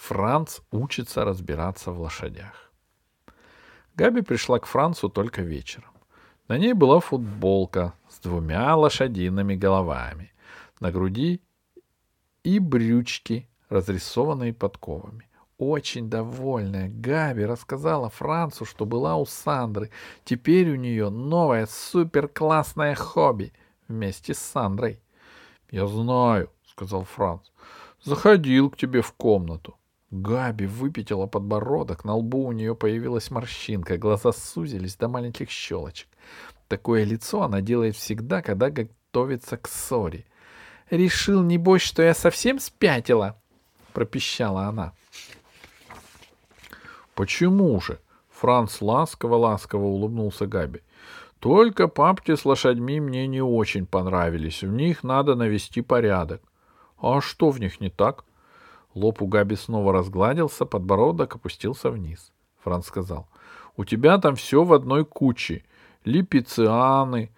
Франц учится разбираться в лошадях. Габи пришла к Францу только вечером. На ней была футболка с 2 лошадиными головами, на груди и брючки, разрисованные подковами. Очень довольная, Габи рассказала Францу, что была у Сандры. Теперь у нее новое суперклассное хобби вместе с Сандрой. — Я знаю, — сказал Франц. — Заходил к тебе в комнату. Габи выпятила подбородок, на лбу у нее появилась морщинка, глаза сузились до маленьких щелочек. Такое лицо она делает всегда, когда готовится к ссоре. — Решил, небось, что я совсем спятила? — пропищала она. — Почему же? Франц ласково-ласково улыбнулся Габи. — Только папки с лошадьми мне не очень понравились. В них надо навести порядок. — А что в них не так? Лоб у Габи снова разгладился, подбородок опустился вниз. Франц сказал: — У тебя там все в одной куче. Липицианы,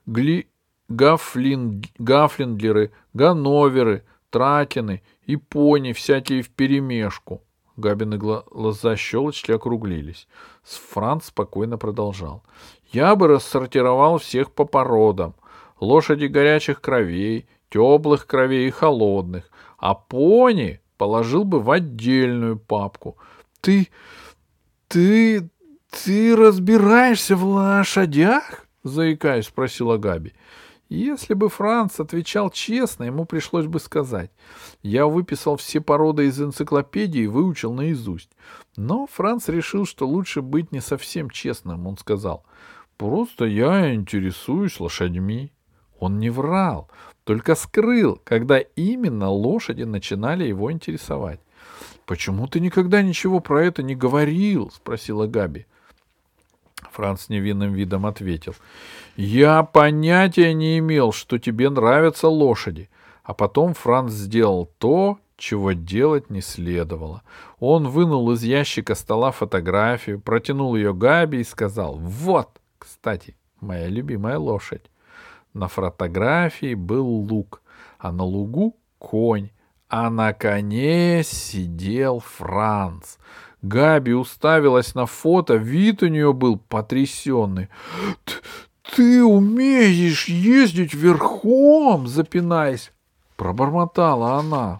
гафлиндлеры, ганноверы, тракены и пони всякие вперемешку. Габины глаза щелочки округлились. Франц спокойно продолжал. — Я бы рассортировал всех по породам. Лошади горячих кровей, теплых кровей и холодных. А пони положил бы в отдельную папку. Ты разбираешься в лошадях? — заикаясь, спросила Габи. Если бы Франц отвечал честно, ему пришлось бы сказать: «Я выписал все породы из энциклопедии и выучил наизусть». Но Франц решил, что лучше быть не совсем честным. Он сказал: «Просто я интересуюсь лошадьми». Он не врал, только скрыл, когда именно лошади начинали его интересовать. «Почему ты никогда ничего про это не говорил?» — спросила Габи. Франц с невинным видом ответил: «Я понятия не имел, что тебе нравятся лошади». А потом Франц сделал то, чего делать не следовало. Он вынул из ящика стола фотографию, протянул ее Габи и сказал: «Вот, кстати, моя любимая лошадь». На фотографии был луг, а на лугу — конь, а на коне сидел Франц. Габи уставилась на фото, вид у нее был потрясенный. «Ты умеешь ездить верхом?» — запинаясь, пробормотала она.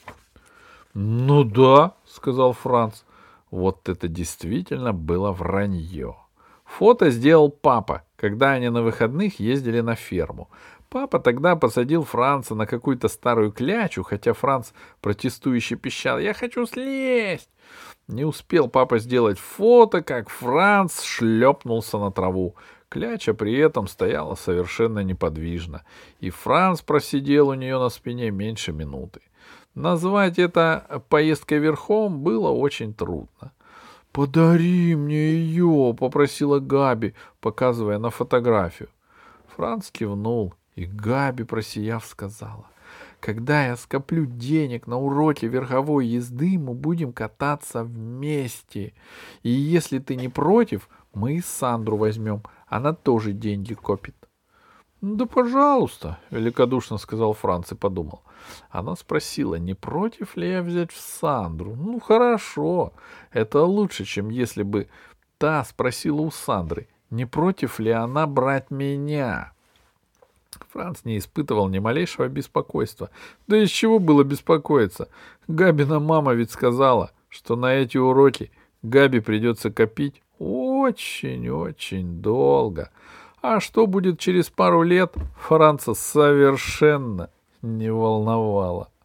«Ну да», — сказал Франц. Вот это действительно было вранье. Фото сделал папа, когда они на выходных ездили на ферму. Папа тогда посадил Франца на какую-то старую клячу, хотя Франц протестующе пищал: «Я хочу слезть!» Не успел папа сделать фото, как Франц шлепнулся на траву. Кляча при этом стояла совершенно неподвижно, и Франц просидел у нее на спине меньше минуты. Назвать это поездкой верхом было очень трудно. «Подари мне ее!» — попросила Габи, показывая на фотографию. Франц кивнул, и Габи, просияв, сказала: «Когда я скоплю денег на уроки верховой езды, мы будем кататься вместе. И если ты не против, мы и Сандру возьмем, она тоже деньги копит». «Да, пожалуйста», — великодушно сказал Франц и подумал. Она спросила, не против ли я взять в Сандру. Ну, хорошо, это лучше, чем если бы та спросила у Сандры, не против ли она брать меня. Франц не испытывал ни малейшего беспокойства. Да из чего было беспокоиться? Габина мама ведь сказала, что на эти уроки Габи придется копить очень-очень долго. А что будет через пару лет, Франца совершенно не волновало.